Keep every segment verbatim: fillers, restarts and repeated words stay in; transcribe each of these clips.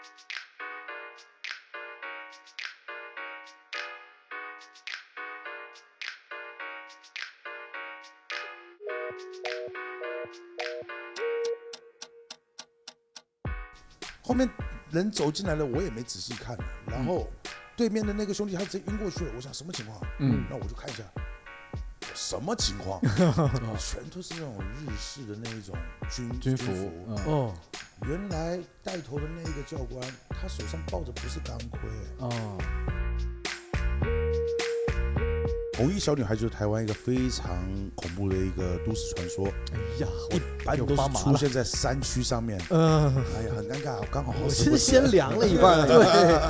后面人走进来了，我也没仔细看，然后对面的那个兄弟他直接晕过去了，我想什么情况？嗯，那我就看一下，什么情况？全都是那种日式的那一种军军服。 嗯、哦，原来带头的那一个教官，他手上抱着不是钢盔、欸。哦。红衣小女孩就是台湾一个非常恐怖的一个都市传说。 哎呀， 一般都是出现在山区上面。 嗯， 哎呀，很尴尬，我刚好我是先凉了一半。对。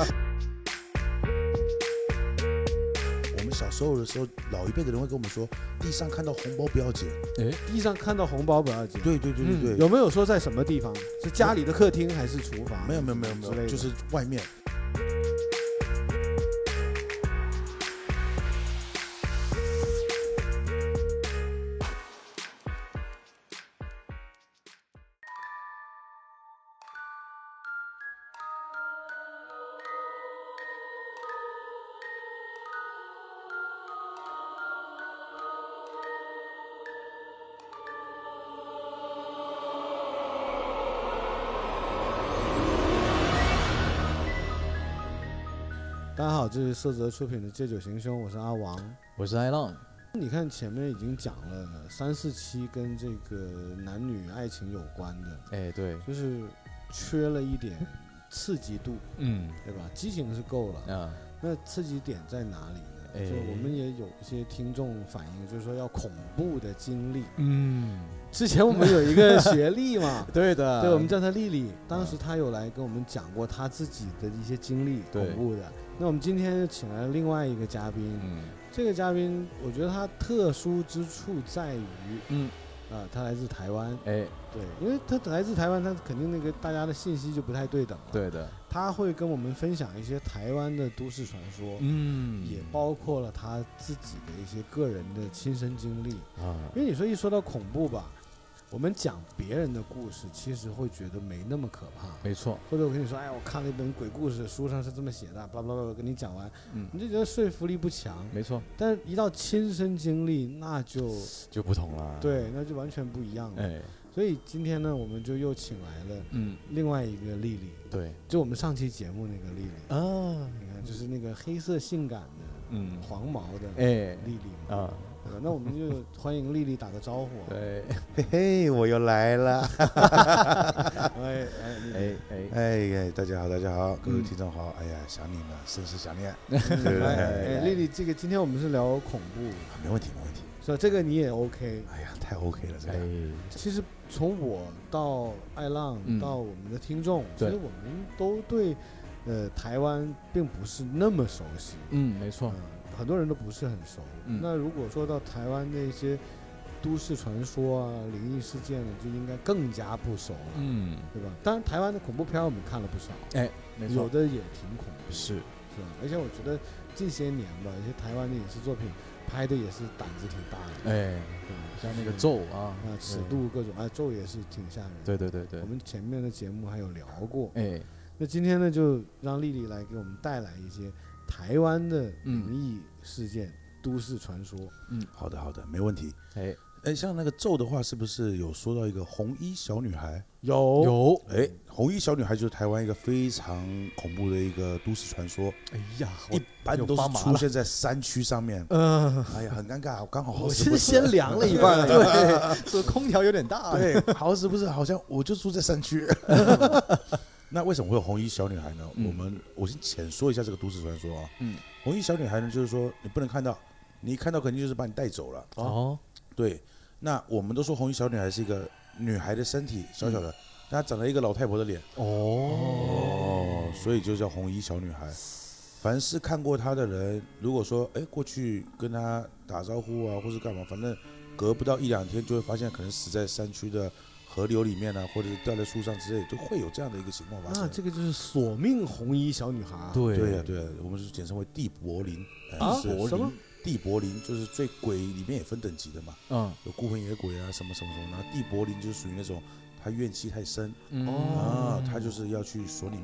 我们小时候的时候，老一辈的人会跟我们说，地上看到红包不要捡。 哎，地上看到红包不要捡。 对对对对对、 嗯。有没有说在什么地方？是家里的客厅还是厨房？ 没有没有没有没有，就是外面。 大家好，这是色泽出品的《借酒行凶》，我是阿王， 我是艾浪。 你看前面已经讲了三四期跟这个男女爱情有关的， 哎，对， 就是缺了一点刺激度，嗯，对吧？激情是够了，啊，那刺激点在哪里呢？哎，就我们也有一些听众反映，就是说要恐怖的经历，嗯。之前我们有一个学历嘛， 对的， 对，我们叫她丽丽，当时她有来跟我们讲过她自己的一些经历，恐怖的。那我们今天请来了另外一个嘉宾，嗯，这个嘉宾我觉得他特殊之处在于，嗯，啊，他来自台湾，哎，对，因为他来自台湾，他肯定那个大家的信息就不太对等了， 对的， 他会跟我们分享一些台湾的都市传说，嗯，也包括了他自己的一些个人的亲身经历啊，因为你说一说到恐怖吧。我们讲别人的故事，其实会觉得没那么可怕， 没错。 或者我跟你说，哎，我看了一本鬼故事，书上是这么写的，巴拉巴拉，我跟你讲完，嗯，你就觉得说服力不强， 没错。 但是一到亲身经历，那就就不同了， 对，那就完全不一样了。哎，所以今天呢，我们就又请来了，嗯，另外一个丽丽， 对， 就我们上期节目那个丽丽啊，你看，就是那个黑色性感的，嗯，黄毛的，哎，丽丽啊。那我们就欢迎丽丽打个招呼。 对，嘿嘿，我又来了。 哎哎哎哎，大家好，大家好，各位听众好。哎呀，想你们，甚是想念。对对对。 哎，丽丽，这个今天我们是聊恐怖， 没问题，没问题。 是吧？这个你也 OK。 哎呀，太 OK 了，这个。 其实从我到爱浪到我们的听众，其实我们都对，呃，台湾并不是那么熟悉。 嗯，没错。 很多人都不是很熟，嗯、那如果说到台湾那些都市传说啊、灵异事件呢，就应该更加不熟了，嗯，对吧？当然，台湾的恐怖片我们看了不少，哎，没错，有的也挺恐怖， 是是吧？而且我觉得近些年吧，一些台湾的影视作品拍的也是胆子挺大的， 哎，像那个咒啊， 啊，尺度各种，哎，咒也是挺吓人的， 对对对对。 我们前面的节目还有聊过，哎，那今天呢，就让丽丽来给我们带来一些。台湾的灵异事件、嗯、都市传说， 嗯，好的好的，没问题。哎哎，像那个咒的话，是不是有说到一个红衣小女孩？ 有有， 哎，红衣小女孩就是台湾一个非常恐怖的一个都市传说。 哎呀， 一般都是出现在山区上面。嗯，哎呀，很尴尬，我刚好我是先凉了一半，对，这空调有点大。 对，好死不死，好像我就住在山区。那为什么会有红衣小女孩呢？嗯、我们我先浅说一下这个都市传说啊。嗯，红衣小女孩呢，就是说你不能看到，你一看到肯定就是把你带走了。哦，对。那我们都说红衣小女孩是一个女孩的身体小小的，但她长了一个老太婆的脸。哦哦，所以就叫红衣小女孩。凡是看过她的人，如果说哎过去跟她打招呼啊，或是干嘛，反正隔不到一两天就会发现可能死在山区的。河流里面呢、啊，或者是掉在树上之类，就会有这样的一个情况发生。 那、啊、这个就是索命红衣小女孩、啊。 对对呀、啊、对呀、啊，我们是简称为地柏林。 啊，什么？ 地柏林就是最鬼里面也分等级的嘛。嗯。有孤魂野鬼啊，什么什么什么。然后地柏林就是属于那种他怨气太深，嗯、啊，他就是要去索你命。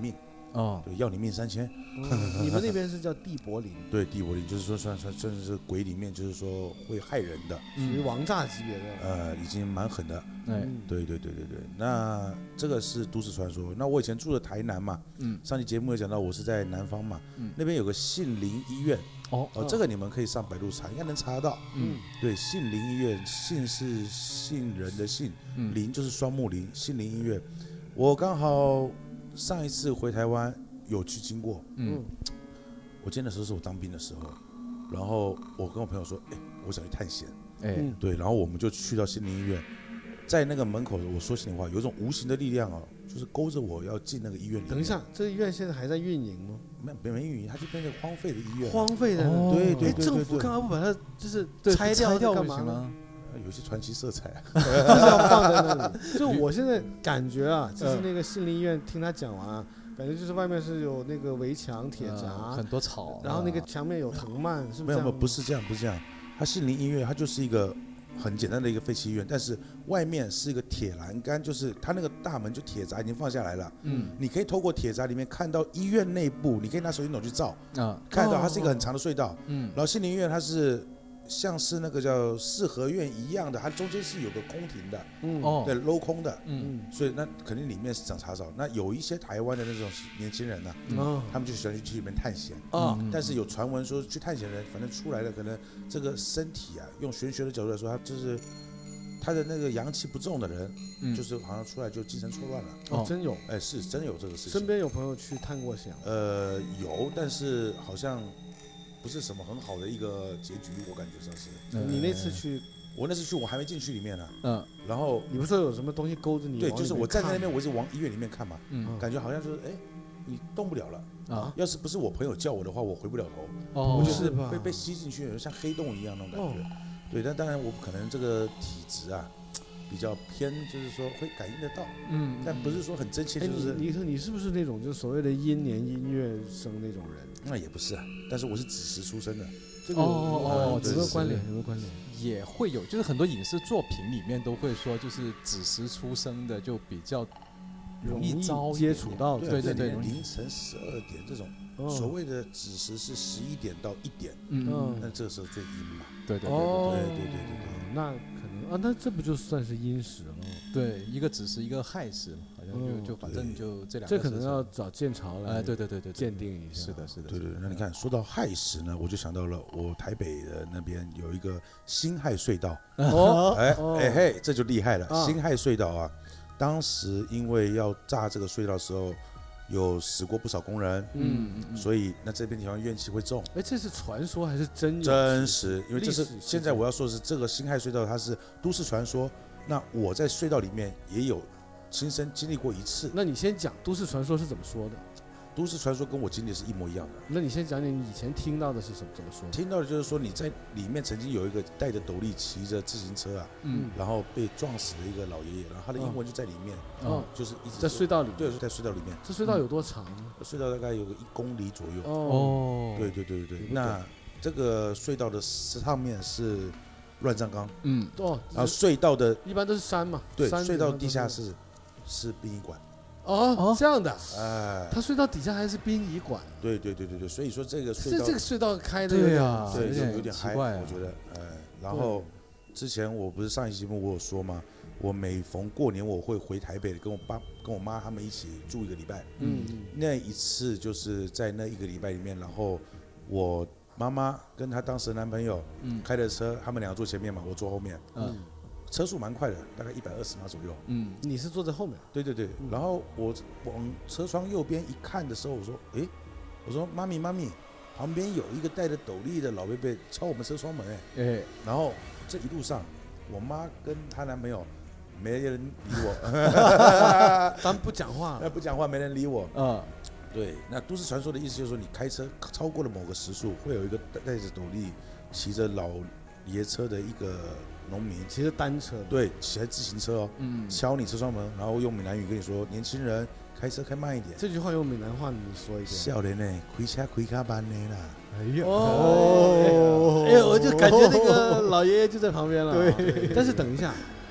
哦， 对，要你命三千。 嗯、你们那边是叫地柏林？ 对，地柏林就是说算算算是鬼里面，就是说会害人的， 属于王炸级别的。 呃，已经蛮狠的。 嗯， 对对对对对。那这个是都市传说。那我以前住的台南嘛，嗯，上期节目有讲到我是在南方嘛，嗯，那边有个杏林医院。哦哦，这个你们可以上百度查，应该能查得到。嗯，对，杏林医院，杏是杏仁的杏，林就是双木林，杏林医院。我刚好上一次回台湾有去经过。嗯，我记得那时候是我当兵的时候，然后我跟我朋友说，哎，我想去探险。哎，对，然后我们就去到杏林医院，在那个门口，我说心里话，有一种无形的力量哦，就是勾着我要进那个医院里面。 等一下，这个医院现在还在运营吗？ 没没没运营，它就变成荒废的医院。 荒废的， 哦、 对对对。 政府干嘛不把它就是拆掉？ 拆掉干嘛呢？ 有些传奇色彩、啊， 就是要放在那里。就我现在感觉啊，就是那个杏林医院，听他讲完、啊，感觉就是外面是有那个围墙、铁闸、 呃，很多草， 然后那个墙面有藤蔓，是不是？ 没有没有，不是这样，不是这样。它杏林医院，它就是一个很简单的一个废弃医院，但是外面是一个铁栏杆，就是它那个大门就铁闸已经放下来了。嗯，你可以透过铁闸里面看到医院内部，你可以拿手电筒去照，啊，看到它是一个很长的隧道。嗯，然后杏林医院它是像是那个叫四合院一样的，它中间是有个空庭的，嗯，对，镂空的，嗯，所以那肯定里面是长茶草。那有一些台湾的那种年轻人呢、啊，嗯，他们就喜欢去去里面探险啊。但是有传闻说去探险的人，反正出来了，可能这个身体啊，用玄学的角度来说，他就是他的那个阳气不重的人，嗯、就是好像出来就精神错乱了。 哦，真有？ 哎，是真有这个事情。 身边有朋友去探过险？ 呃，有，但是好像不是什么很好的一个结局，我感觉上是。 嗯、你那次去？ 我那次去，我还没进去里面呢。 嗯。 然后你不是说有什么东西勾着你？ 对，就是我站在那边，我一直往医院里面看嘛。嗯。感觉好像就是，哎，你动不了了。啊。要是不是我朋友叫我的话，我回不了头。哦。我就是被被吸进去，像黑洞一样那种感觉。哦、对，但当然我可能这个体质啊。比较偏，就是说会感应得到，嗯，但不是说很真切，就是。 你你你是不是那种就是所谓的阴年音乐生那种人？ 那也不是啊，但是我是子时出生的。 这个哦哦，有没有关联？有没有关联？ 也会有，就是很多影视作品里面都会说，就是子时出生的就比较容易招接触到， 对对对，凌晨十二点这种所谓的子时是十一点到一点，嗯，那这个时候最阴嘛。 对对对对对对对对， 那。啊，那这不就算是阴时了？ 对，一个子时，一个亥时，好像就、嗯、就反正就这两个。 这可能要找剑朝来， 哎，对对对对， 鉴定一下。 是的，是的。 对对，那你看，说到亥时呢，我就想到了我台北的那边有一个辛亥隧道。哦，哎哎嘿，这就厉害了，啊、辛亥隧道啊，当时因为要炸这个隧道的时候。有死过不少工人，嗯，嗯所以那这边地方怨气会重。 哎，这是传说还是真？ 真实，因为这是现在我要说的是这个辛亥隧道，它是都市传说。那我在隧道里面也有亲身经历过一次。 那你先讲都市传说是怎么说的？ 都市传说跟我经历是一模一样的。 那你先讲讲你以前听到的是什么怎么说？ 听到的就是说你在里面曾经有一个戴着斗笠骑着自行车啊，嗯，然后被撞死的一个老爷爷，然后他的英文就在里面，哦，就是一直在隧道里， 对，在隧道里面。 这隧道有多长？ 隧道大概有个一公里左右。哦，对对对对对。那这个隧道的上面是乱葬岗，嗯，哦，然后隧道的一般都是山嘛， 对，隧道地下室是殡仪馆。 哦，这样的，哎，它隧道底下还是殡仪馆。 对对对对对，所以说这个隧道， 这这个隧道开的有点， 对，就有点嗨，我觉得，哎，然后之前我不是上一期节目我有说吗？我每逢过年我会回台北，跟我爸跟我妈他们一起住一个礼拜。嗯，那一次就是在那一个礼拜里面，然后我妈妈跟她当时的男朋友，嗯，开的车，他们两个坐前面嘛，我坐后面，嗯。车速蛮快的，大概一百二十码左右。 嗯，你是坐在后面？ 对对对。嗯、然后我往车窗右边一看的时候，我说：“哎，我说妈咪妈咪，旁边有一个戴着斗笠的老伯伯敲我们车窗门。”哎，哎。然后这一路上，我妈跟她男朋友没人理我， 咱不讲话， 那不讲话，没人理我。嗯，对。那都市传说的意思就是说，你开车超过了某个时速，会有一个戴着斗笠、骑着老爷车的一个。农民骑着单车， 对，骑着自行车哦，嗯，敲你车窗门，然后用闽南语跟你说：“年轻人，开车开慢一点。” 这句话用闽南话你说一遍。 少年呢，开车开卡慢的啦。 哎呀，哦，哎呀，我就感觉那个老爷爷就在旁边了。对，但是等一下，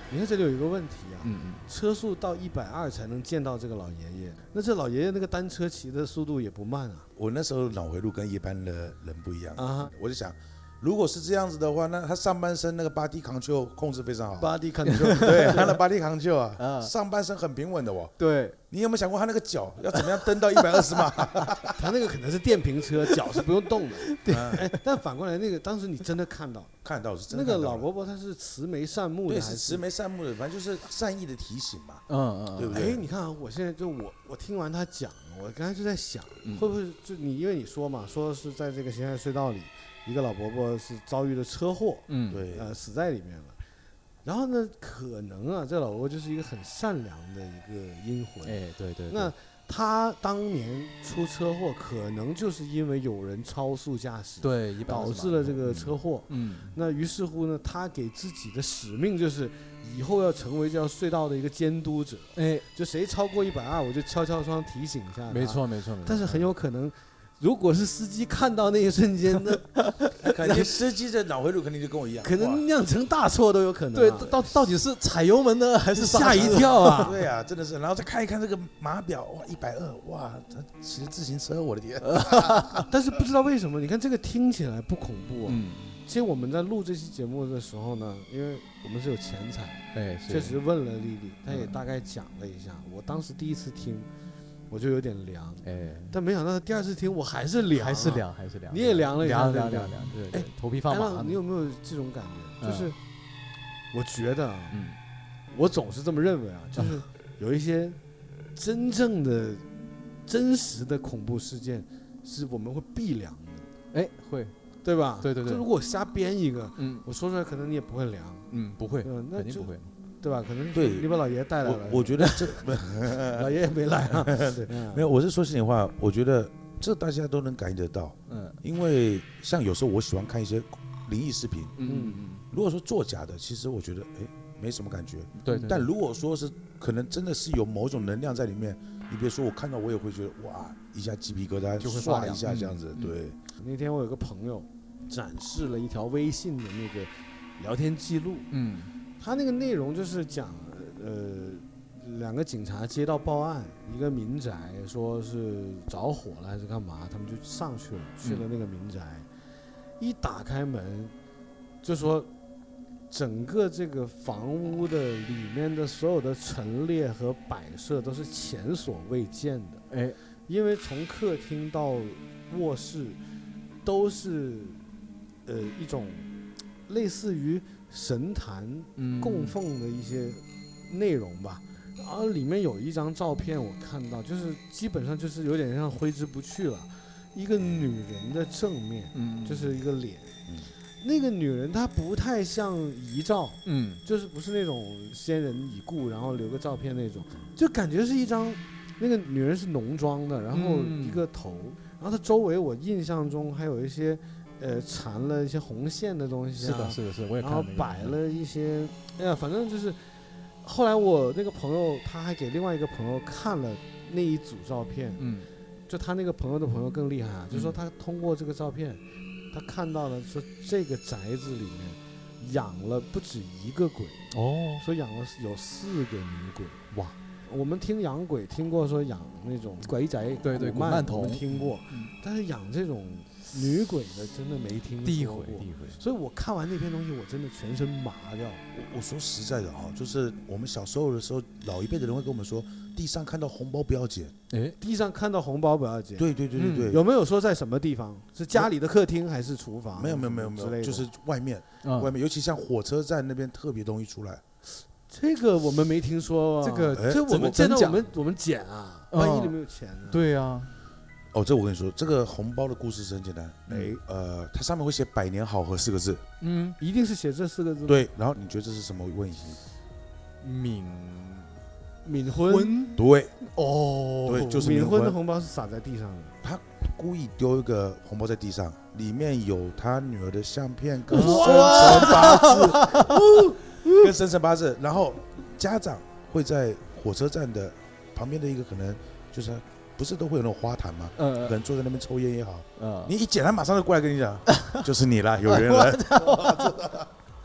你看这里有一个问题啊， 嗯嗯， 车速到一百二才能见到这个老爷爷，那这老爷爷那个单车骑的速度也不慢啊。 我那时候脑回路跟一般的人不一样啊， 我就想。如果是这样子的话，那他上半身那个 body control 控制非常好 ，body control， 对，他的 body control 啊， 啊上半身很平稳的哦。 对， 你有没有想过他那个脚要怎么样蹬到一百二十码？ 他那个可能是电瓶车，脚是不用动的。对，哎，但反过来那个当时你真的看到， 看到是真的那个老伯伯他是慈眉善目的， 对，是慈眉善目的，反正就是善意的提醒嘛。 嗯嗯， 对不对？ 哎，你看啊，我现在就我我听完他讲，我刚才就在想， 嗯、 会不会就你因为你说嘛，说是在这个咸海隧道里。一个老伯伯是遭遇了车祸， 嗯， 对， 呃，死在里面了。然后呢，可能啊，这老伯伯就是一个很善良的一个阴魂。 哎，对 对, 对。 那他当年出车祸，可能就是因为有人超速驾驶， 对， 导致了这个车祸。 嗯。 那于是乎呢，他给自己的使命就是以后要成为这条隧道的一个监督者。 哎， 就谁超过一百二，我就敲敲窗提醒一下他。 没错，没错。 但是很有可能。如果是司机看到那一瞬间，那肯定司机的脑回路肯定就跟我一样， 可能酿成大错都有可能、啊。 对，到到底是踩油门呢，还是吓一跳啊？ 对啊，真的是。然后再看一看这个码表，哇，一百二，哇，他骑自行车，我的天！ 但是不知道为什么，你看这个听起来不恐怖啊。 嗯。 其实我们在录这期节目的时候呢，因为我们是有前采， 哎， 确实问了丽丽，她也大概讲了一下。嗯、我当时第一次听。我就有点凉， 哎， 但没想到第二次听我还是凉、啊， 还是凉，还是凉， 你也凉了一下， 凉凉凉凉，对，哎，头皮发麻。 你有没有这种感觉？就是，我觉得啊， 嗯， 我总是这么认为啊，就是有一些真正的、真实的恐怖事件，是我们会避凉的， 哎，会， 对吧？ 对对对。 就如果我瞎编一个， 嗯， 我说出来可能你也不会凉， 嗯，不会， 那肯定不会。 对吧？可能对， 你把老爷带来了。 我, 我觉得这老爷爷没来啊。 对，没有，我是说心里话，我觉得这大家都能感应得到。嗯，因为像有时候我喜欢看一些灵异视频。 嗯嗯。 如果说作假的，其实我觉得哎没什么感觉。 对, 对, 对。 但如果说是可能真的是有某种能量在里面，你别说我看到我也会觉得哇一下鸡皮疙瘩就会刷一下这样子。 嗯、 对。 那天我有个朋友展示了一条微信的那个聊天记录。 嗯。 他那个内容就是讲，呃，两个警察接到报案，一个民宅说是着火了还是干嘛，他们就上去了，去了那个民宅，嗯、一打开门，就说整个这个房屋的里面的所有的陈列和摆设都是前所未见的，哎，因为从客厅到卧室都是，呃，一种类似于神坛供奉的一些内容吧，然后里面有一张照片我看到，就是基本上就是有点像挥之不去了，一个女人的正面，嗯，就是一个脸，嗯，那个女人她不太像遗照，嗯，就是不是那种先人已故然后留个照片那种，就感觉是一张，那个女人是浓妆的，然后一个头，然后她周围我印象中还有一些。呃，缠了一些红线的东西、啊， 是的，是的，是的，我也看到、那个。 然后摆了一些，哎呀，反正就是，后来我那个朋友他还给另外一个朋友看了那一组照片，嗯，就他那个朋友的朋友更厉害啊，嗯、就是说他通过这个照片，他看到了说这个宅子里面养了不止一个鬼哦，说养了有四个女鬼，哇，我们听养鬼听过说养那种鬼宅， 对对，古曼童我们听过，嗯、但是养这种。女鬼的真的没听说过，所以我看完那篇东西，我真的全身麻掉。 我我说实在的哈，就是我们小时候的时候，老一辈的人会跟我们说，地上看到红包不要捡。 哎，地上看到红包不要捡。 对对对对对、 嗯。有没有说在什么地方？是家里的客厅还是厨房？ 没有没有没有没有，就是外面、嗯、外面，尤其像火车站那边特别容易出来。 这个我们没听说、啊。 这个这我们真的我们我们捡啊，万一里面有钱呢？ 对啊。 哦，这我跟你说，这个红包的故事是很简单。哎、嗯，呃，它上面会写“百年好合”四个字。 嗯，一定是写这四个字。 对，然后你觉得这是什么问题？ 冥冥婚。 对。 哦。 对，就是冥婚的红包是撒在地上的。 他故意丢一个红包在地上，里面有他女儿的相片跟生辰八字，跟生辰八字。然后家长会在火车站的旁边的一个可能就是。不是都会有那种花坛吗？嗯，可能坐在那边抽烟也好，嗯，你一捡，他马上就过来跟你讲，就是你啦，有缘人。哦，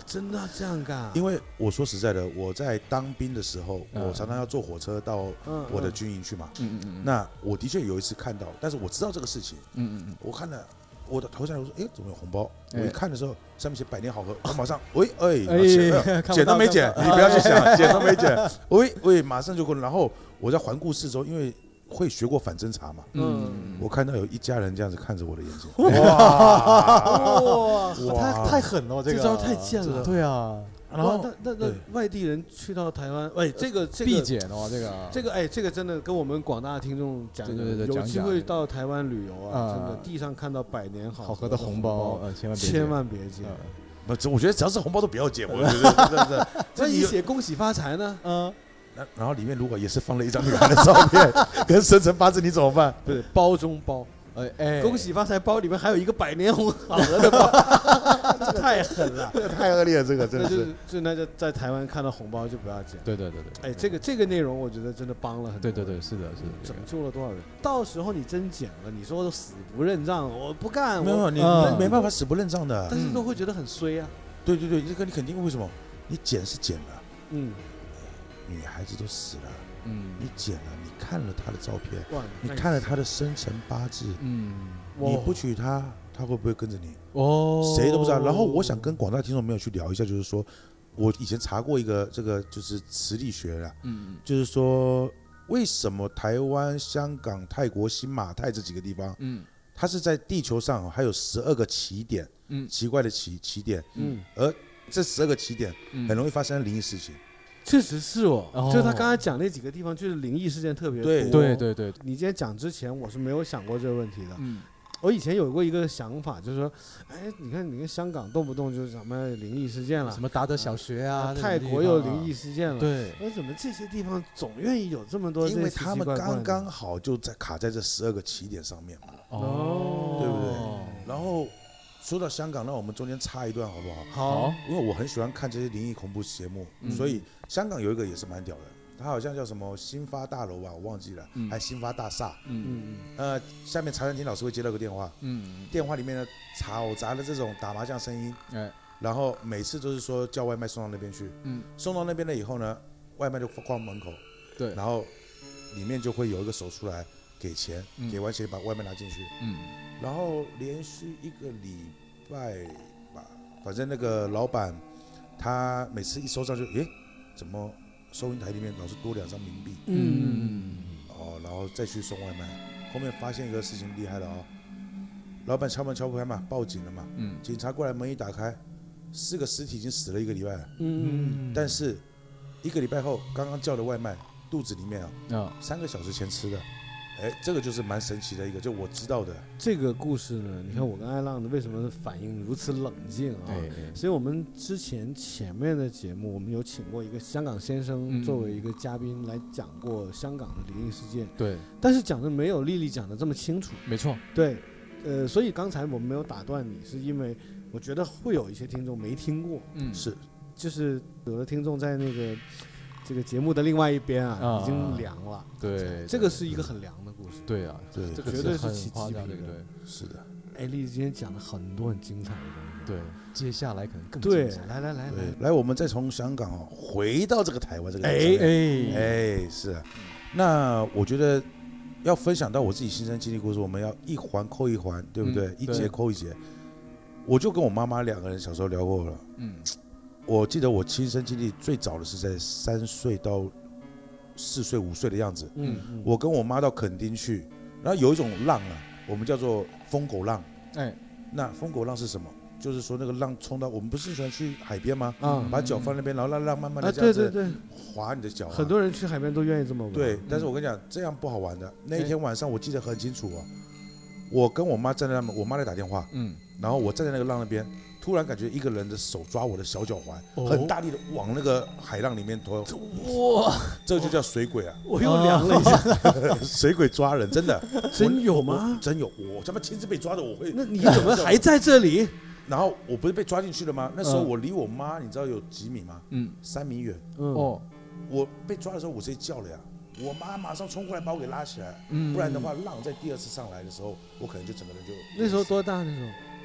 真的这样干？ 因为我说实在的，我在当兵的时候， 嗯、 我常常要坐火车到我的军营去嘛。 嗯嗯嗯。 那我的确有一次看到，但是我知道这个事情。嗯嗯嗯。我看了，我的头下来，我说，哎，怎么有红包？我一看的时候，上面写百年好合，我马上，喂，哎， 哎， 捡都没捡，你不要去想，捡都没捡，喂喂，马上就过来。然后我在环顾四周，因为会学过反侦查嘛。嗯。我看到有一家人这样子看着我的眼睛。 哇哇，太太狠了，这个这招太贱了。 对啊。 然后那那那外地人去到台湾，哎，这个这个必检哦，这个这个哎，这个真的跟我们广大的听众讲一讲，有机会到台湾旅游啊，真的地上看到百年好合的红包， 千万千万别捡。 不，我觉得只要是红包都不要捡，我觉得真的。 那你写恭喜发财呢？嗯， 然后里面如果也是放了一张女孩的照片，跟生辰八字，你怎么办？ 不是包中包。 哎哎， 恭喜发财包里面还有一个百年好合的包，这太狠了， 这个太恶劣了，这个真的是。 就那就在台湾看到红包就不要捡。 对对对对。 哎，这个这个内容我觉得真的帮了很多。 对对对，是的，是的， 拯救了多少人？到时候你真捡了，你说死不认账，我不干。 没有，你没办法死不认账的。 但是都会觉得很衰啊。 对对对，这个你肯定为什么？你捡是捡了，嗯，女孩子都死了。嗯，你捡了，你看了他的照片，你看了他的生辰八字，嗯，你不娶她，他会不会跟着你？哦，谁都不知道。然后我想跟广大听众朋友去聊一下，就是说，我以前查过一个这个就是磁力学啦，嗯，就是说为什么台湾、香港、泰国、新马泰这几个地方，嗯，它是在地球上还有十二个起点，嗯，奇怪的起起点，嗯，而这十二个起点很容易发生灵异事情。 确实是哦，就是他刚才讲那几个地方，就是灵异事件特别多。 对对对对， 你今天讲之前，我是没有想过这个问题的。嗯，我以前有过一个想法，就是说，哎，你看，你看香港动不动就是什么灵异事件了， 什么达德小学啊， 泰国又灵异事件了。 对， 为什么这些地方总愿意有这么多？ 因为他们刚刚好就在卡在这十二个起点上面嘛。哦，对不对？然后。说到香港，那我们中间插一段好不好？ 好， 因为我很喜欢看这些灵异恐怖节目，嗯、所以香港有一个也是蛮屌的，它好像叫什么新发大楼吧，我忘记了，嗯、还新发大厦。嗯嗯呃，下面茶餐厅老师会接到个电话，嗯，电话里面呢嘈杂的这种打麻将声音，哎，然后每次都是说叫外卖送到那边去，嗯，送到那边了以后呢，外卖就放门口，对，然后里面就会有一个手出来给钱，嗯、给完钱把外卖拿进去，嗯。然后连续一个礼拜吧，反正那个老板他每次一收账就，诶，怎么收银台里面老是多两张冥币？嗯，哦，然后再去送外卖，后面发现一个事情厉害了哦，老板敲门敲不开嘛，报警了嘛，嗯，警察过来门一打开，四个尸体已经死了一个礼拜了，嗯，但是一个礼拜后刚刚叫的外卖肚子里面啊，哦、三个小时前吃的。哎，这个就是蛮神奇的一个，就我知道的这个故事呢。你看我跟艾浪的为什么反应如此冷静啊？所以我们之前前面的节目，我们有请过一个香港先生作为一个嘉宾来讲过香港的灵异事件。 对， 但是讲的没有丽丽讲的这么清楚。 没错。 对，呃，所以刚才我们没有打断你，是因为我觉得会有一些听众没听过。 嗯，是， 就是有的听众在那个。这个节目的另外一边啊，啊已经凉了。 对， 这个是一个很凉的故事。 对啊， 对， 这个绝对是起鸡皮疙瘩。 对， 是的。 哎，丽丽今天讲了很多很精彩的东西。 对，接下来可能更精彩。来来来来来，我们再从香港哦回到这个台湾这个地方。 哎哎，是啊。那我觉得要分享到我自己亲身经历故事，我们要一环扣一环，对不对？嗯、一节扣一节。我就跟我妈妈两个人小时候聊过了。嗯。我记得我亲身经历最早的是在三岁到四岁五岁的样子，嗯，嗯我跟我妈到垦丁去，然后有一种浪啊，我们叫做疯狗浪，哎，那疯狗浪是什么？就是说那个浪冲到，我们不是喜欢去海边吗？啊、嗯，把脚放那边，然后让浪慢慢的这样子，啊、对对对，划你的脚、啊。 很多人去海边都愿意这么玩。 对，但是我跟你讲，这样不好玩的。那一天晚上我记得很清楚啊，我跟我妈站在那边，我妈在打电话，嗯，然后我站在那个浪那边。突然感觉一个人的手抓我的小脚环，哦、很大力的往那个海浪里面拖。哇，这就叫水鬼啊！ 我又凉了一下。 水鬼抓人，真的？ 真有吗？ 真有，我他妈亲自被抓的，我会。 那你怎么还在这里？ 然后我不是被抓进去了吗？那时候我离我妈，你知道有几米吗？嗯，三米远。嗯哦，我被抓的时候，我直接叫了呀。我妈马上冲过来把我给拉起来，嗯、不然的话，浪在第二次上来的时候，我可能就整个人就。 那时候多大？那时候？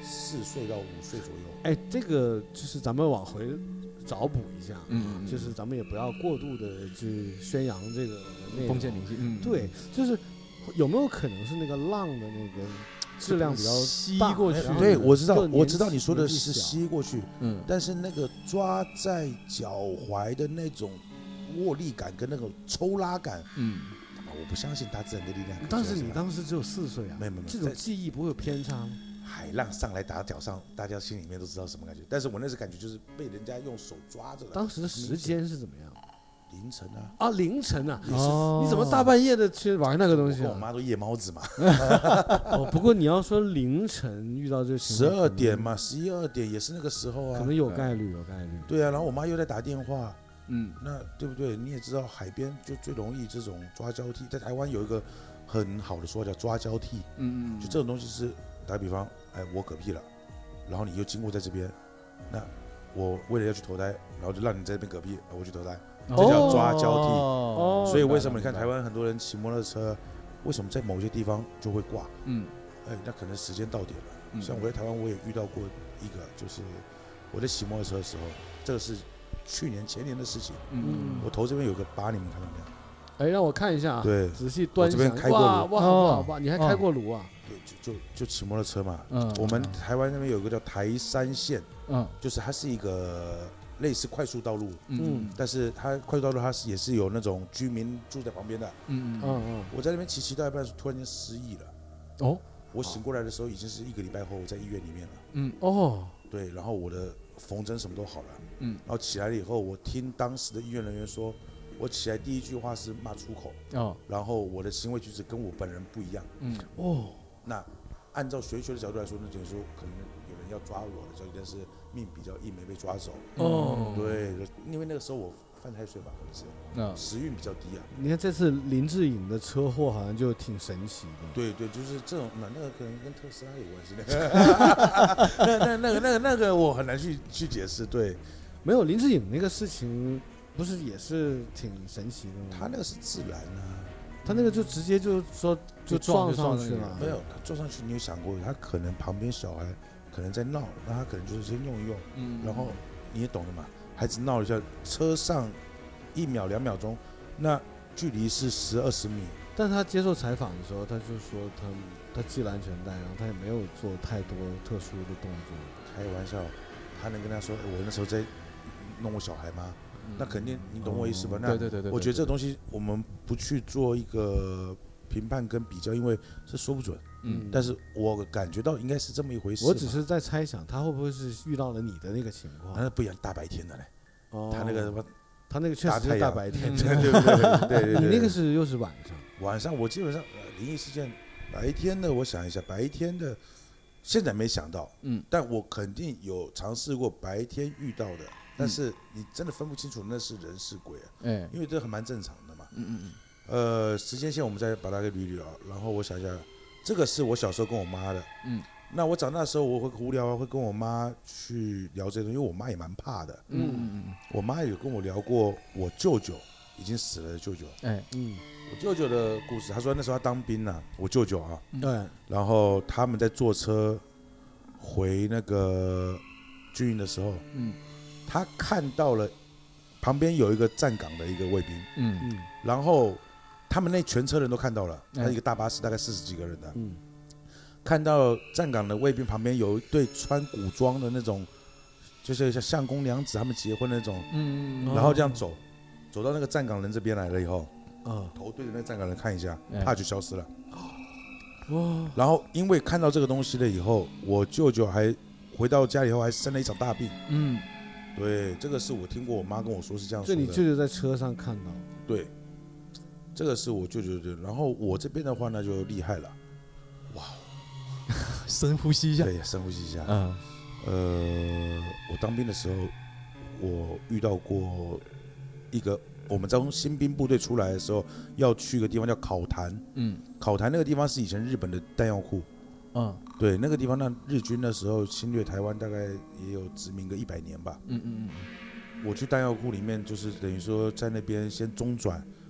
四岁到五岁左右。 哎，这个就是咱们往回找补一下， 嗯， 就是咱们也不要过度的去宣扬这个内容封建迷信，嗯， 对，就是有没有可能是那个浪的那个质量比较吸大过去？ 对，我知道， 就我知道你说的年纪是小吸过去， 嗯， 但是那个抓在脚踝的那种握力感跟那种抽拉感， 嗯， 我不相信大自然的力量可以但是你做到这样。 当时只有四岁啊， 没有没有没有这种在记忆不会有偏差吗？ 海浪上来打脚上，大家心里面都知道什么感觉。但是我那时感觉就是被人家用手抓着的。 当时的时间是怎么样？ 凌晨啊， 啊，凌晨啊！ 哦你怎么大半夜的去玩那个东西啊？ 我跟我妈都夜猫子嘛， 哦，不过你要说凌晨遇到这个情十况， 二点嘛，十一二点也是那个时候啊。 可能有概率，有概率。 对啊，然后我妈又在打电话， 嗯， 那对不对？你也知道海边就最容易这种抓交替，在台湾有一个很好的说法叫抓交替， 嗯嗯， 就这种东西是打比方，哎，我嗝屁了，然后你又经过在这边，那我为了要去投胎，然后就让你在这边嗝屁，我去投胎，这叫抓交替。 哦， 所以为什么你看台湾很多人骑摩托车，为什么在某些地方就会挂？ 嗯， 哎，那可能时间到点了。 嗯像我在台湾，我也遇到过一个，就是我在骑摩托车的时候，这个是去年前年的事情。 嗯， 我头这边有个疤，你们看到没有？ 哎，让我看一下啊， 对仔细端详。 我这边开过哇炉哇哇哇！你还开过炉啊？ 对，就就就骑摩托车嘛。 嗯， 我们台湾那边有个叫台山线， 嗯就是它是一个类似快速道路， 嗯但是它快速道路它是也是有那种居民住在旁边的。 嗯嗯嗯。 我在那边骑骑到一半，突然间失忆了。 哦， 我醒过来的时候已经是一个礼拜后，我在医院里面了。 嗯哦， 对，然后我的缝针什么都好了。 嗯， 然后起来了以后，我听当时的医院人员说，我起来第一句话是骂出口， 哦， 然后我的行为举止跟我本人不一样。 嗯哦， 那按照玄学的角度来说，那等于说可能有人要抓我了，就但是命比较硬，没被抓走。 哦， 对，因为那个时候我犯太岁吧，可能是那时运比较低啊。 你看这次林志颖的车祸好像就挺神奇的。 对对，就是这种，那那个可能跟特斯拉有关系。那那那个那个那个我很难去去解释。对， 没有林志颖那个事情，不是也是挺神奇的吗？ 他那个是自然啊。 他那个就直接就说就撞上去了， 没有他撞上去，你有想过他可能旁边小孩可能在闹，那他可能就是先用一用， 嗯， 然后你也懂的嘛，孩子闹了一下，车上一秒两秒钟，那距离是十二十米。 但他接受采访的时候，他就说他他系了安全带，然后他也没有做太多特殊的动作。 开玩笑，他能跟他说，欸、我那时候在弄我小孩吗？那肯定，你懂我意思吧？ 哦、 那对对对对， 我觉得这个东西我们不去做一个评判跟比较，因为是说不准。 嗯， 但是我感觉到应该是这么一回事。 我只是在猜想，他会不会是遇到了你的那个情况？ 那不一样，大白天的嘞。 哦， 他那个什么， 他那个确实是大白天， 对对对对对对。 你那个是又是晚上？ 晚上我基本上呃灵异事件，白天的我想一下，白天的现在没想到，嗯，但我肯定有尝试过白天遇到的。但是你真的分不清楚那是人是鬼啊，哎，因为这还蛮正常的嘛。嗯嗯嗯。呃，时间线我们再把它给捋捋啊。然后我想一下，这个是我小时候跟我妈的。嗯。那我长大的时候我会无聊啊，会跟我妈去聊这个，因为我妈也蛮怕的。嗯嗯嗯。我妈有跟我聊过我舅舅已经死了的舅舅。哎。嗯。我舅舅的故事，他说那时候他当兵呢、啊，我舅舅啊。对。然后他们在坐车回那个军营的时候，嗯。他看到了旁边有一个站岗的一个卫兵，嗯嗯，然后他们那全车人都看到了，他一个大巴士大概四十几个人的，嗯，看到站岗的卫兵旁边有一对穿古装的那种，就是像相公娘子他们结婚的那种，嗯，然后这样走，走到那个站岗人这边来了以后，啊，头对着那个站岗人看一下，啪就消失了，哇，然后因为看到这个东西了以后，我舅舅还回到家以后还生了一场大病，嗯。对，这个是我听过我妈跟我说是这样说的。 就你舅舅在车上看到？ 对，这个是我舅舅的。然后我这边的话那就厉害了，哇， 深呼吸一下。 对，深呼吸一下。嗯，呃，我当兵的时候，我遇到过一个，我们从新兵部队出来的时候，要去一个地方叫考潭。嗯，考潭那个地方是以前日本的弹药库。嗯，对，那个地方，那日军那时候侵略台湾，大概也有殖民个一百年吧。嗯嗯嗯。我去弹药库里面，就是等于说在那边先中转，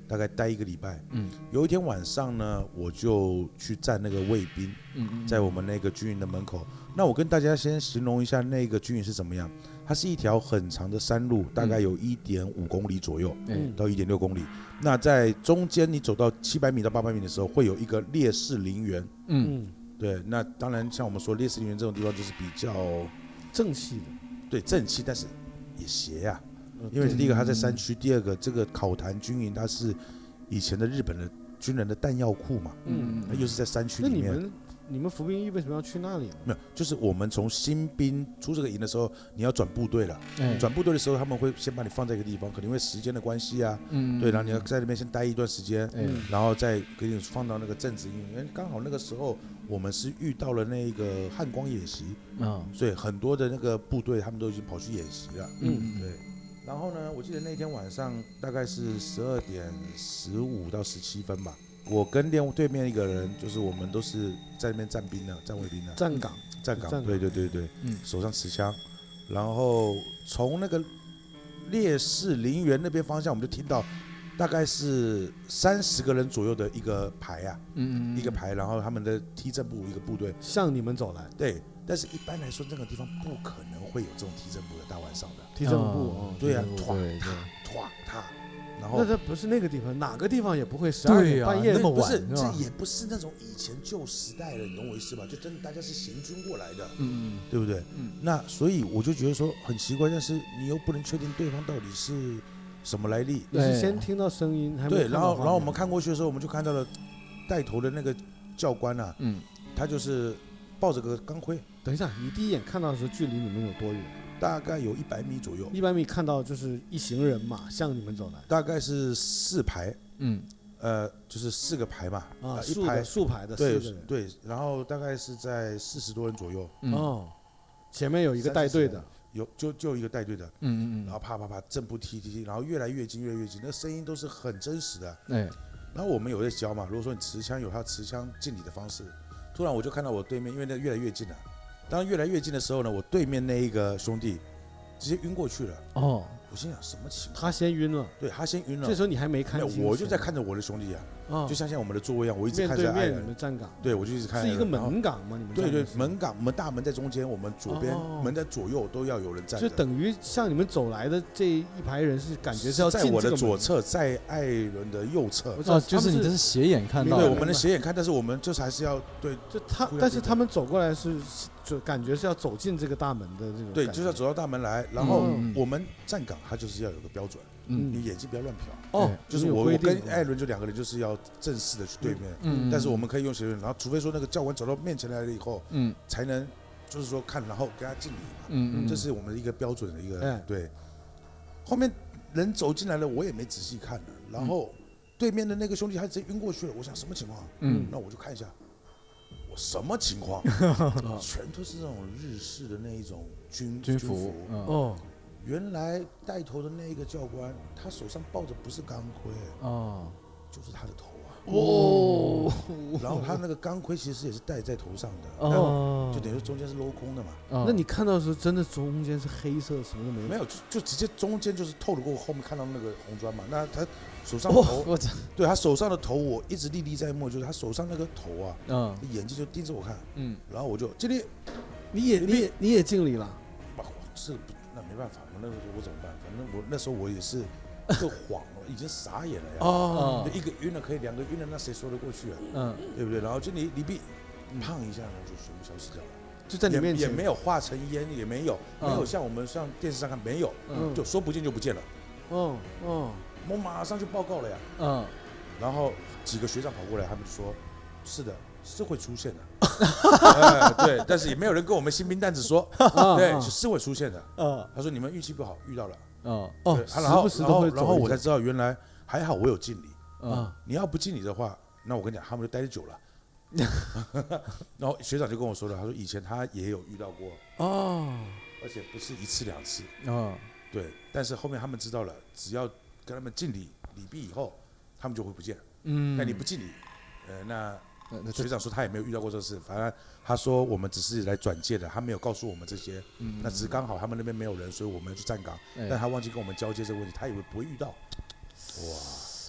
大概待一个礼拜。 嗯， 有一天晚上呢，我就去站那个卫兵， 嗯嗯， 在我们那个军营的门口。那我跟大家先形容一下那个军营是怎么样。它是一条很长的山路，大概有一点五公里左右， 嗯， 到一点六公里。那在中间，你走到七百米到八百米的时候，会有一个烈士陵园。 嗯， 对。那当然，像我们说烈士陵园这种地方，就是比较正气的， 对正气，但是也邪呀、啊。因为第一个它在山区，第二个这个考坛军营它是以前的日本的军人的弹药库嘛，嗯，那又是在山区里面。 那你们你们服兵役为什么要去那里呢？ 没有，就是我们从新兵出这个营的时候，你要转部队了。嗯、转部队的时候，他们会先把你放在一个地方，可能因为时间的关系啊，嗯，对，然后你要在那边先待一段时间，嗯，然后再给你放到那个正职营。因为刚好那个时候我们是遇到了那个汉光演习，嗯，所以很多的那个部队他们都已经跑去演习了，嗯，对。然后呢，我记得那天晚上大概是十二点十五到十七分吧。我跟另对面一个人，就是我们都是在那边站兵的，站卫兵的， 站岗， 站岗，对对对对，嗯，手上持枪，然后从那个烈士陵园那边方向，我们就听到大概是三十个人左右的一个排啊，嗯嗯，一个排，然后他们的梯正部一个部队向你们走来， 对，但是一般来说，这个地方不可能会有这种梯正部的，大晚上的梯正部，哦， 对啊，唰踏唰踏。然后那这不是那个地方，哪个地方也不会十二点半夜那么晚， 不是，这也不是那种以前旧时代的，你懂我意思吧？就真的大家是行军过来的，嗯，对不对？嗯，那所以我就觉得说很奇怪，但是你又不能确定对方到底是什么来历。 你是先听到声音，还没对，然后然后我们看过去的时候，我们就看到了带头的那个教官啊，嗯，他就是抱着个钢盔。 等一下，你第一眼看到的时候，距离你们有多远？ 大概有一百米左右， 一百米看到就是一行人马向你们走来， 大概是四排，嗯，呃，就是四个排嘛， 啊， 一排竖排的四个人，对对，然后大概是在四十多人左右， 嗯、哦，前面有一个带队的， 有就就一个带队的，嗯嗯嗯，然后啪啪啪正步踢踢踢，然后越来越近越来越近，那声音都是很真实的，哎，然后我们有在教嘛，如果说你持枪有他持枪敬礼的方式，突然我就看到我对面，因为那越来越近了。当越来越近的时候呢，我对面那一个兄弟直接晕过去了。哦，我心想什么情况？ 他先晕了， 对他先晕了。 这时候你还没看清， 我就在看着我的兄弟啊，哦、就像现在我们的座位一样，我一直看着爱人。 面对面你们站岗， 对我就一直看。 是一个门岗吗？你们对对门岗，我们大门在中间，我们左边、哦、门的左右都要有人站。 就等于向你们走来的这一排人是感觉是要进在我的左侧，在艾伦的右侧。 哦，就是你这是斜眼看到。 对，我们的斜眼看，但是我们就是还是要对。 就他，但是他们走过来是。就感觉是要走进这个大门的这种， 对，就是要走到大门来，然后我们站岗，它就是要有个标准，嗯，你眼睛不要乱瞟，哦，就是我我跟艾伦就两个人就是要正式的去对面，嗯，但是我们可以用斜眼，然后除非说那个教官走到面前来了以后，嗯，才能就是说看，然后跟他敬礼嘛，嗯嗯，这是我们的一个标准的一个，对。后面人走进来了，我也没仔细看了，然后对面的那个兄弟他直接晕过去了，我想什么情况？嗯，那我就看一下。什么情况？全都是那种日式的那一种军军服。 哦，原来带头的那一个教官，他手上抱着不是钢盔，哦，就是他的头啊。哦，然后他那个钢盔其实也是戴在头上的，哦，就等于中间是镂空的嘛。 那你看到的时候，真的中间是黑色，什么都没有？ 没有，就就直接中间就是透得过后面看到那个红砖嘛。那他手上的头，哦、对他手上的头，我一直历历在目，就是他手上那个头啊，嗯，眼睛就盯着我看，嗯，然后我就敬礼， 你也你也你也敬礼了， 是那没办法，我那个时候我怎么办？反正我那时候我也是就晃了，已经傻眼了呀，哦，一个晕了可以，两个晕了那谁说得过去啊？嗯，对不对？然后就你李碧，胖一下呢就全部消失掉了。 就在你面前也没有化成烟，也没有，没有像我们像电视上看没有，就说不见就不见了。哦哦，我马上就报告了呀。嗯，然后几个学长跑过来，他们就说：“是的，是会出现的。呃”对，但是也没有人跟我们新兵蛋子说，对，是会出现的。嗯，他说你们运气不好遇到了。哦哦，然后然后然后我才知道原来还好我有敬礼。嗯，你要不敬礼的话，那我跟你讲，他们就待得久了。然后学长就跟我说了，他说以前他也有遇到过哦，而且不是一次两次哦，对，但是后面他们知道了，只要跟他们敬礼礼毕以后，他们就会不见。嗯，那你不敬礼，呃，那那学长说他也没有遇到过这事，反正他说我们只是来转介的，他没有告诉我们这些，嗯，那只是刚好他们那边没有人，所以我们要去站岗，但他忘记跟我们交接这个问题，他以为不会遇到，哇。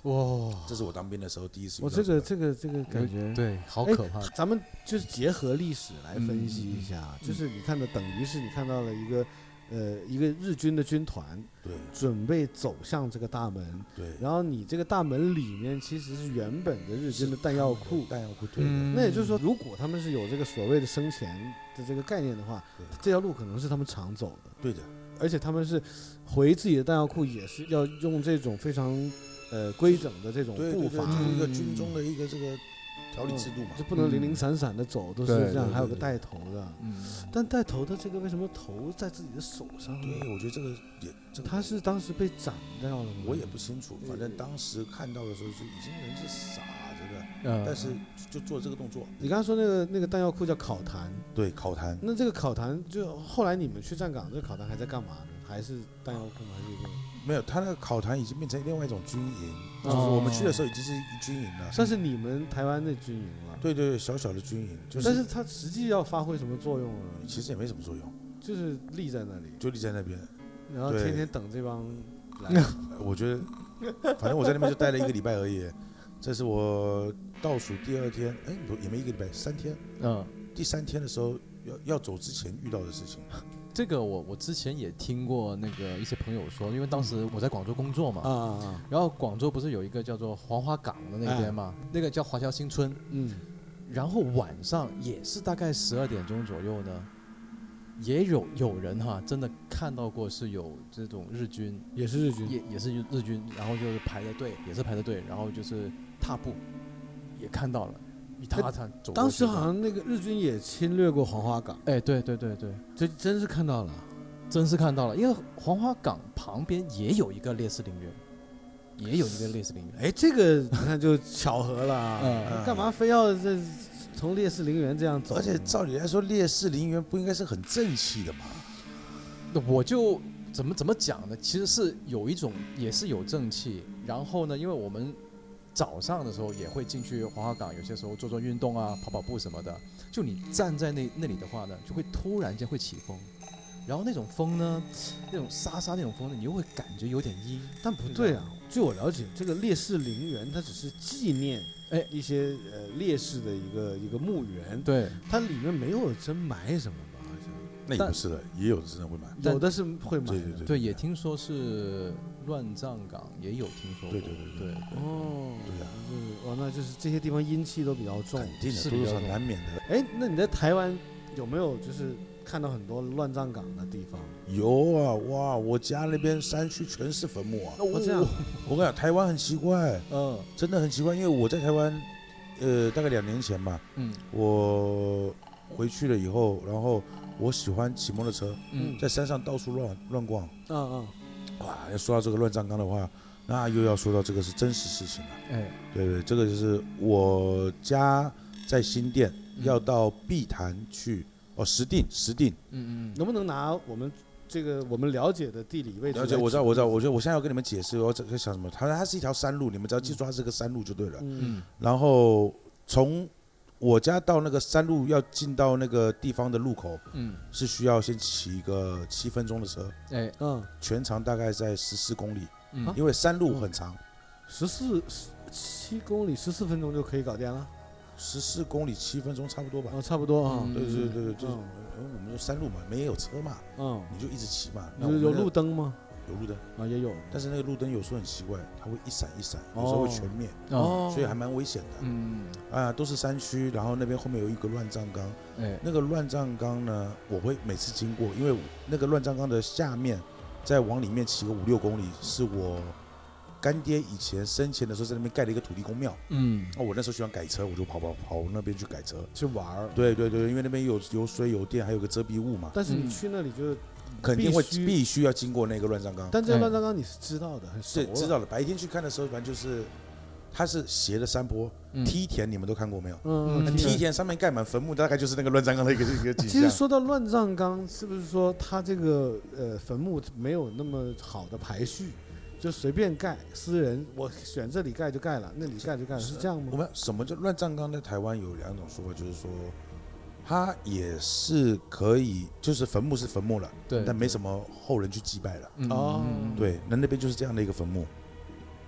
哇， 这是我当兵的时候第一次遇我到、 这个这个这个感觉对，好可怕。 咱们就是结合历史来分析一下，嗯、就是你看的，等于是你看到了一个，呃，一个日军的军团， 对， 准备走向这个大门， 对， 然后你这个大门里面其实是原本的日军的弹药库， 弹药库，对、 嗯。那也就是说，如果他们是有这个所谓的生前的这个概念的话，这条路可能是他们常走的， 对的， 而且他们是回自己的弹药库，也是要用这种非常。呃，规整的这种步伐， 就是一个军中的一个这个条理制度嘛， 就不能零零散散的走，都是这样，还有个带头的。嗯，但带头的这个为什么头在自己的手上？ 对，我觉得这个也，这个他是当时被斩掉了吗？ 我也不清楚，反正当时看到的时候就已经人是傻这个，但是就做这个动作。 你刚才说那个那个弹药库叫烤坛， 对，烤坛。 那这个烤坛就后来你们去站岗，这个烤坛还在干嘛呢？还是弹药库吗？还是一个？ 没有，他那个烤坛已经变成另外一种军营，哦、就是我们去的时候已经是军营了。 算是你们台湾的军营了。 对对对，小小的军营，就是。 但是它实际要发挥什么作用呢？ 其实也没什么作用， 就是立在那里， 就立在那边， 然后天天等这帮来。 我觉得，反正我在那边就待了一个礼拜而已。这是我倒数第二天，哎，也没一个礼拜，三天。嗯。第三天的时候，要要走之前遇到的事情。 这个我我之前也听过那个一些朋友说，因为当时我在广州工作嘛，啊啊啊，然后广州不是有一个叫做黄花岗的那边嘛，那个叫华侨新村，嗯，然后晚上也是大概十二点钟左右呢，也有有人哈真的看到过是有这种日军， 也是日军， 也也是日军，然后就是排着队，也是排着队，然后就是踏步，也看到了。一踏踏走， 当时好像那个日军也侵略过黄花岗。 哎，对对对对， 这真是看到了， 真是看到了，因为黄花岗旁边也有一个烈士陵园，也有一个烈士陵园。 哎，这个你看就巧合了啊！嗯、干嘛非要这从烈士陵园这样走？ 而且照理来说，烈士陵园不应该是很正气的吗？ 那我就怎么怎么讲呢？其实是有一种，也是有正气。然后呢，因为我们。早上的时候也会进去黄花岗，有些时候做做运动啊，跑跑步什么的。就你站在那那里的话呢，就会突然间会起风，然后那种风呢，那种沙沙那种风呢，你又会感觉有点阴。 但不对啊，据我了解，这个烈士陵园它只是纪念哎一些呃烈士的一个一个墓园， 对， 它里面没有真埋什么吧？好像那也不是的，也有的真的会埋， 有的是会埋的。 对对对， 对，也听说是。乱葬岗也有听说过， 对对对对， 哦，对呀，就是哦，那就是这些地方阴气都比较重， 肯定的，多多少少难免的。 哎，那你在台湾有没有就是看到很多乱葬岗的地方？ 有啊，哇，我家那边山区全是坟墓啊。 哦，这样， 我跟你讲，台湾很奇怪，嗯，真的很奇怪，因为我在台湾，呃，大概两年前吧，嗯，我回去了以后，然后我喜欢骑摩托车，嗯，在山上到处乱乱逛，嗯嗯。哇，要说到这个乱葬岗的话，那又要说到这个是真实事情了。哎，对对，这个就是我家在新店，嗯、要到碧潭去哦，石碇，石碇。 嗯嗯，能不能拿我们这个我们了解的地理位置？ 了解，我知道，我知道。我觉得我现在要跟你们解释，我在想什么？它它是一条山路，你们只要记住它是个山路就对了。嗯。然后从我家到那个山路要进到那个地方的路口，嗯，是需要先骑一个七分钟的车，哎，嗯，全长大概在十四公里，嗯，因为山路很长， 十四七公里十四分钟就可以搞定了， 十四公里七分钟差不多吧， 哦，差不多啊， 对对对对，就是我们说山路嘛，没有车嘛，嗯，你就一直骑嘛， 有有路灯吗？ 有路灯啊，也有， 但是那个路灯有时候很奇怪，它会一闪一闪，有时候会全灭，哦，所以还蛮危险的。嗯，啊，都是山区，然后那边后面有一个乱葬岗，哎，那个乱葬岗呢，我会每次经过，因为那个乱葬岗的下面，再往里面骑个五六公里，是我干爹以前生前的时候在那边盖了一个土地公庙。嗯，哦，我那时候喜欢改车，我就跑跑跑那边去改车去玩儿。 对对对，因为那边有有水有电，还有个遮蔽物嘛。 但是你去那里就。 肯定会必须要经过那个乱葬岗， 但这个乱葬岗你是知道的，很熟了。 对，知道的。白天去看的时候，反正就是它是斜的山坡，嗯、梯田你们都看过没有？嗯，梯田上面盖满坟墓，大概就是那个乱葬岗的一个一个景象。 其实说到乱葬岗，是不是说它这个呃坟墓没有那么好的排序，就随便盖，私人我选这里盖就盖了，那里盖就盖了，是这样吗？ 我们什么叫乱葬岗？在台湾有两种说法，就是说。它也是可以，就是坟墓是坟墓了，对，但没什么后人去祭拜了。哦，对，那那边就是这样的一个坟墓。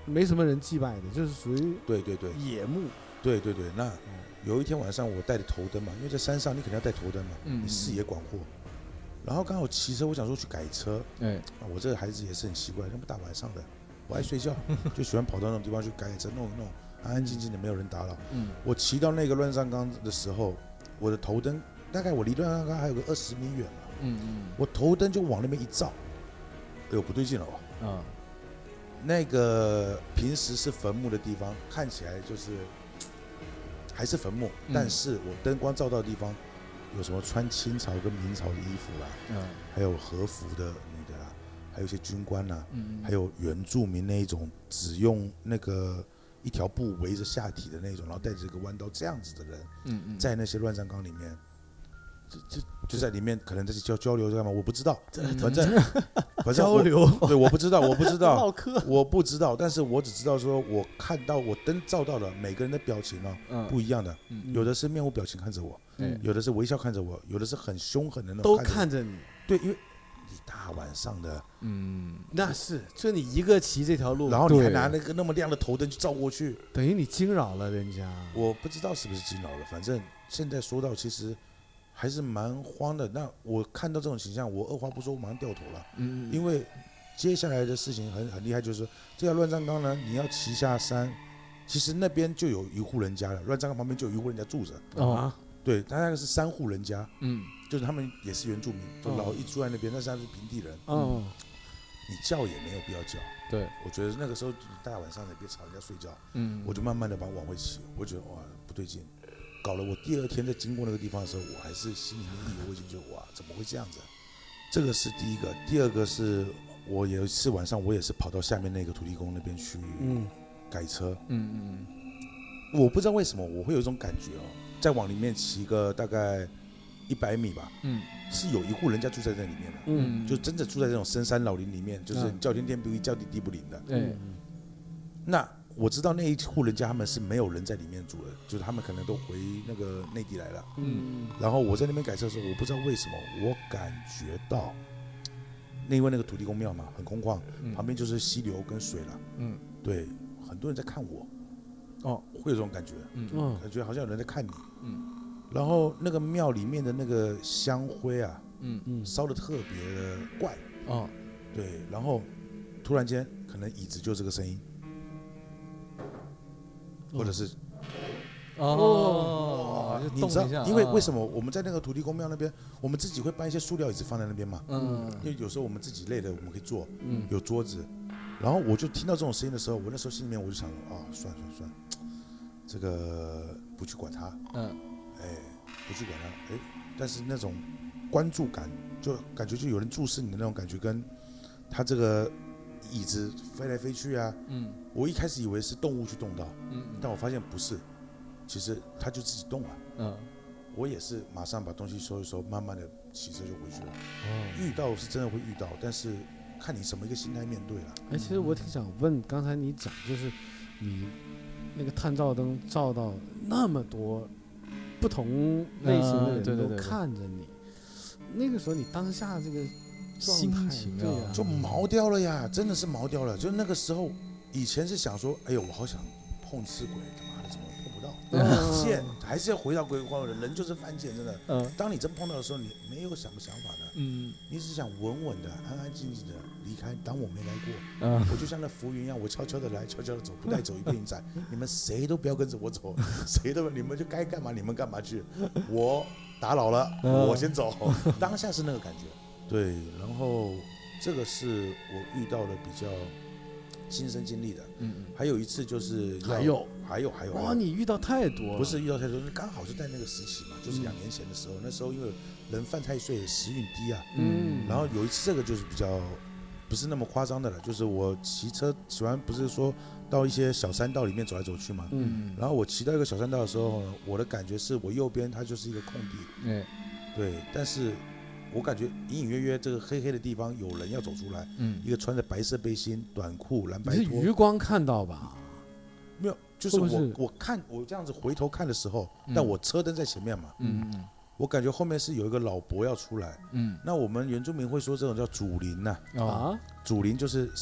没什么人祭拜的，就是属于对对对野墓。 对对对，那有一天晚上我带着头灯嘛，因为在山上你肯定要带头灯嘛， 嗯、 你视野广阔。然后刚好骑车，我想说去改车， 哎， 啊，我这个孩子也是很奇怪，那么大晚上的，我爱睡觉，就喜欢跑到那种地方去改改车，弄一弄，安安静静的，没有人打扰。嗯，我骑到那个乱葬岗的时候，我的头灯大概我离乱葬岗还有个二十米远嘛，嗯嗯，我头灯就往那边一照，哎呦不对劲了哦，啊，那个平时是坟墓的地方，看起来就是还是坟墓，嗯、但是我灯光照到的地方。有什么穿清朝跟明朝的衣服啦，嗯，还有和服的女的啦，还有一些军官啦，嗯，还有原住民那一种只用那个一条布围着下体的那种，然后带着一个弯刀这样子的人，嗯嗯，在那些乱葬岗里面，就就就在里面可能在交交流干嘛，我不知道，反正反正交流， 对，我不知道，我不知道，我不知道，但是我只知道说，我看到我灯照到了每个人的表情啊，嗯、不一样的，嗯、有的是面无表情看着我。嗯、有的是微笑看着我，有的是很凶狠的那种，都看着你。 对，因为你大晚上的， 嗯，那是就你一个骑这条路， 然后你还拿那个那么亮的头灯去照过去， 等于你惊扰了人家。 我不知道是不是惊扰了，反正现在说到其实还是蛮慌的。那我看到这种形象，我二话不说，我马上掉头了。嗯，因为接下来的事情很很厉害，就是这条乱葬岗呢，你要骑下山，其实那边就有一户人家了，乱葬岗旁边就有一户人家住着啊。对，他那个是三户人家，嗯，就是他们也是原住民，就老一住在那边，但是他是平地人，嗯，你叫也没有必要叫， 对， 我觉得那个时候大晚上的别吵人家睡觉，嗯，我就慢慢的把我往回骑，我觉得哇不对劲，搞了我第二天在经过那个地方的时候，我还是心里面意犹未尽，就哇怎么会这样子？这个是第一个，第二个是我有一次晚上我也是跑到下面那个土地公那边去，嗯，改车，嗯嗯嗯，我不知道为什么我会有一种感觉哦。再往里面骑个大概一百米吧，嗯，是有一户人家住在那里面的，嗯，就真的住在这种深山老林里面，就是叫天天不应，叫地地不灵的。对，那我知道那一户人家他们是没有人在里面住的，就是他们可能都回那个内地来了，嗯，然后我在那边改车的时候，我不知道为什么我感觉到，因为那个土地公庙嘛很空旷，旁边就是溪流跟水了，嗯，对，很多人在看我。哦，会有这种感觉，嗯，感觉好像有人在看你，嗯，然后那个庙里面的那个香灰啊，嗯嗯，烧的特别的怪，哦，对，然后突然间可能椅子就这个声音，或者是， 哦， 你知道，因为为什么我们在那个土地公庙那边，我们自己会搬一些塑料椅子放在那边嘛，嗯，因为有时候我们自己累了，我们可以坐，嗯，有桌子。然后我就听到这种声音的时候，我那时候心里面我就想，啊，算算算，这个不去管它，嗯，哎，不去管它，哎，但是那种关注感，就感觉就有人注视你的那种感觉，跟他这个椅子飞来飞去啊，嗯，我一开始以为是动物去动到，嗯，但我发现不是，其实它就自己动了，嗯，我也是马上把东西收一收，慢慢的骑车就回去了，哦，遇到是真的会遇到，但是。看你什么一个心态面对了。 哎，其实我挺想问，刚才你讲就是你那个探照灯照到那么多不同类型的人都看着你，那个时候你当下这个心情啊， 就毛掉了呀，真的是毛掉了。就那个时候，以前是想说，哎呦，我好想碰赤鬼，他妈的怎么碰不到？贱，还是要回到鬼鬼的人就是犯贱，真的。嗯。当你真碰到的时候，你没有什么想法的。嗯。你只想稳稳的、安安静静的离开，当我没来过。嗯。我就像那浮云一样，我悄悄的来，悄悄的走，不带走一片云彩。你们谁都不要跟着我走，谁都你们就该干嘛你们干嘛去。我打扰了，我先走。当下是那个感觉。对，然后这个是我遇到的比较亲身经历的。嗯嗯。还有一次就是还有还有还有。 哇，你遇到太多了。 不是遇到太多，刚好是在那个时期嘛，就是两年前的时候，那时候因为人犯太岁，时运低啊。嗯。然后有一次这个就是比较不是那么夸张的了，就是我骑车喜欢不是说到一些小山道里面走来走去嘛。嗯。然后我骑到一个小山道的时候呢，我的感觉是我右边它就是一个空地。嗯。对，但是。我感觉隐隐约约这个黑黑的地方有人要走出来，嗯，一个穿着白色背心、短裤、蓝白拖。 你是余光看到吧？ 没有，就是我是我看我这样子回头看的时候，嗯、但我车灯在前面嘛，嗯嗯，我感觉后面是有一个老伯要出来，嗯，那我们原住民会说这种叫祖灵呐、啊，啊，祖灵就是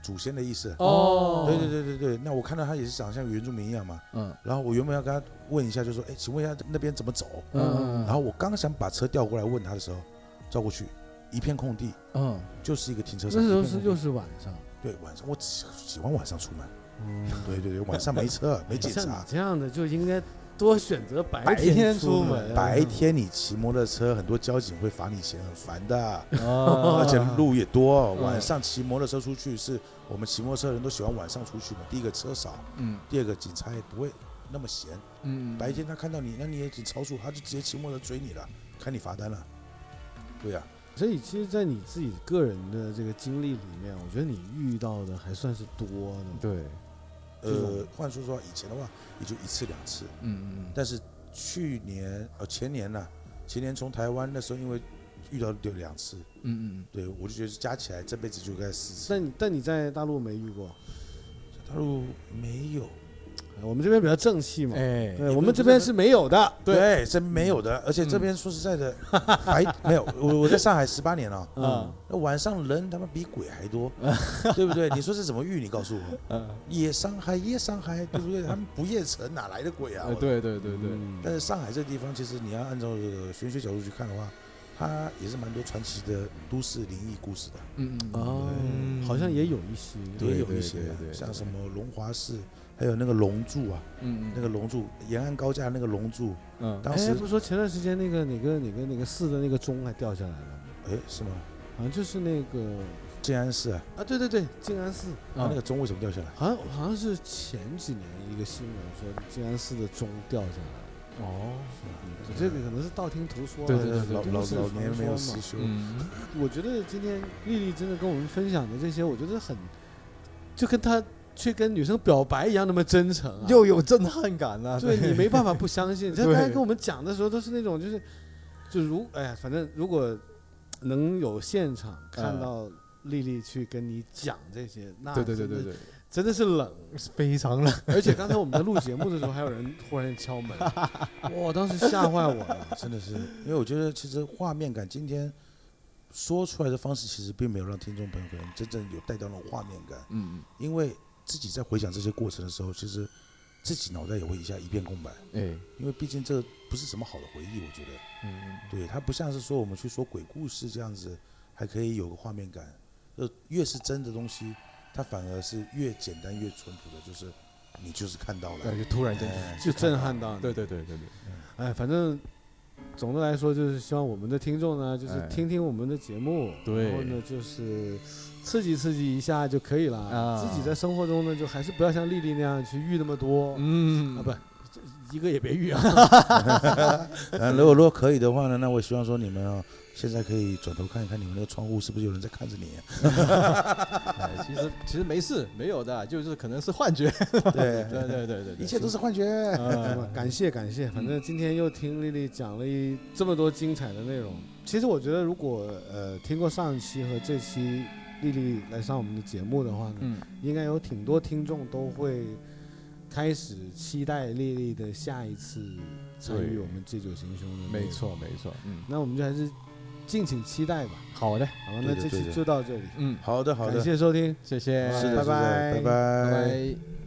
祖先的意思。 哦， 对对对对对，那我看到他也是长像原住民一样嘛，嗯，然后我原本要跟他问一下，就说，哎，请问一下那边怎么走？嗯，然后我刚想把车调过来问他的时候，照过去一片空地，嗯，就是一个停车场。 那时候是又是晚上， 对，晚上我喜欢晚上出门，嗯，对对对，晚上没车没警察， 像你这样的就应该多选择白天出门。 白天你骑摩托车，很多交警会罚你钱，很烦的，哦，而且路也多。晚上骑摩托车出去，是我们骑摩托车的人都喜欢晚上出去嘛。第一个车少，嗯，第二个警察也不会那么闲，嗯，白天他看到你，那你也挺超速，他就直接骑摩托车追你了，开你罚单了，对呀，啊。 所以其实，在你自己个人的这个经历里面，我觉得你遇到的还算是多的。 对。 呃，换说实话，以前的话也就一次两次，嗯嗯，但是去年呃前年呢、啊，前年从台湾那时候因为遇到有两次，嗯嗯，对我就觉得加起来这辈子就该四次。 但你但你在大陆没遇过？ 大陆没有。 我们这边比较正气嘛，哎，对，我们这边是没有的， 对，真没有的，而且这边说实在的，白没有，我我在上海十八年了，嗯，那晚上人他妈比鬼还多，对不对？你说是怎么遇？你告诉我，嗯，夜上海，夜上海，对不对？他们不夜城哪来的鬼啊？ 对对对对。 但是上海这个地方，其实你要按照这个玄学角度去看的话，它也是蛮多传奇的都市灵异故事的， 嗯嗯哦，好像也有一些， 也有一些，像什么龙华寺。还有那个龙柱啊，嗯，那个龙柱，延安高架那个龙柱，嗯，当时不是说前段时间那个哪个哪个哪个寺的那个钟还掉下来了吗？ 哎，是吗？ 好像就是那个静安寺啊， 啊，对对对，静安寺， 啊，那个钟为什么掉下来？ 好像好像是前几年一个新闻说静安寺的钟掉下来了。哦，这个可能是道听途说， 对对对，老老老年没有实修。 嗯，我觉得今天丽丽真的跟我们分享的这些，我觉得很，就跟她。去跟女生表白一样那么真诚、啊， 又有震撼感啊！ 对，你没办法不相信。他刚才跟我们讲的时候，都是那种就是，就如哎呀，反正如果能有现场看到丽丽去跟你讲这些，那对对对对对， 真的是冷， 非常冷。 而且刚才我们在录节目的时候，还有人忽然敲门，哇，当时吓坏我了， 真的是，因为我觉得其实画面感今天。说出来的方式其实并没有让听众朋友可能真正有带到那种画面感，嗯，因为自己在回想这些过程的时候，其实自己脑袋也会一下一片空白，哎，因为毕竟这不是什么好的回忆，我觉得，嗯，对，它不像是说我们去说鬼故事这样子，还可以有个画面感，呃，越是真的东西，它反而是越简单越淳朴的，就是你就是看到了， 对，就突然间就震撼到你， 对对对对对， 哎，反正。总的来说，就是希望我们的听众呢，就是听听我们的节目， 对， 然后呢，就是刺激刺激一下就可以了。啊，自己在生活中呢，就还是不要像丽丽那样去遇那么多。嗯，啊，不，一个也别遇啊。 啊，如果如果可以的话呢，那我希望说你们啊，现在可以转头看一看你们那个窗户是不是有人在看着你。 其实其实没事，没有的，就是可能是幻觉。 对对对对对， 一切都是幻觉。 呃、感谢感谢，反正今天又听丽丽讲了一这么多精彩的内容。其实我觉得，如果呃听过上一期和这期丽丽来上我们的节目的话呢，嗯，应该有挺多听众都会开始期待丽丽的下一次参与我们借酒行凶的。 没错没错， 嗯，那我们就还是敬请期待吧。 好的， 好，那这期就到这里。 嗯，好的好的， 感谢收听， 谢谢， 是的， 拜拜， 拜拜。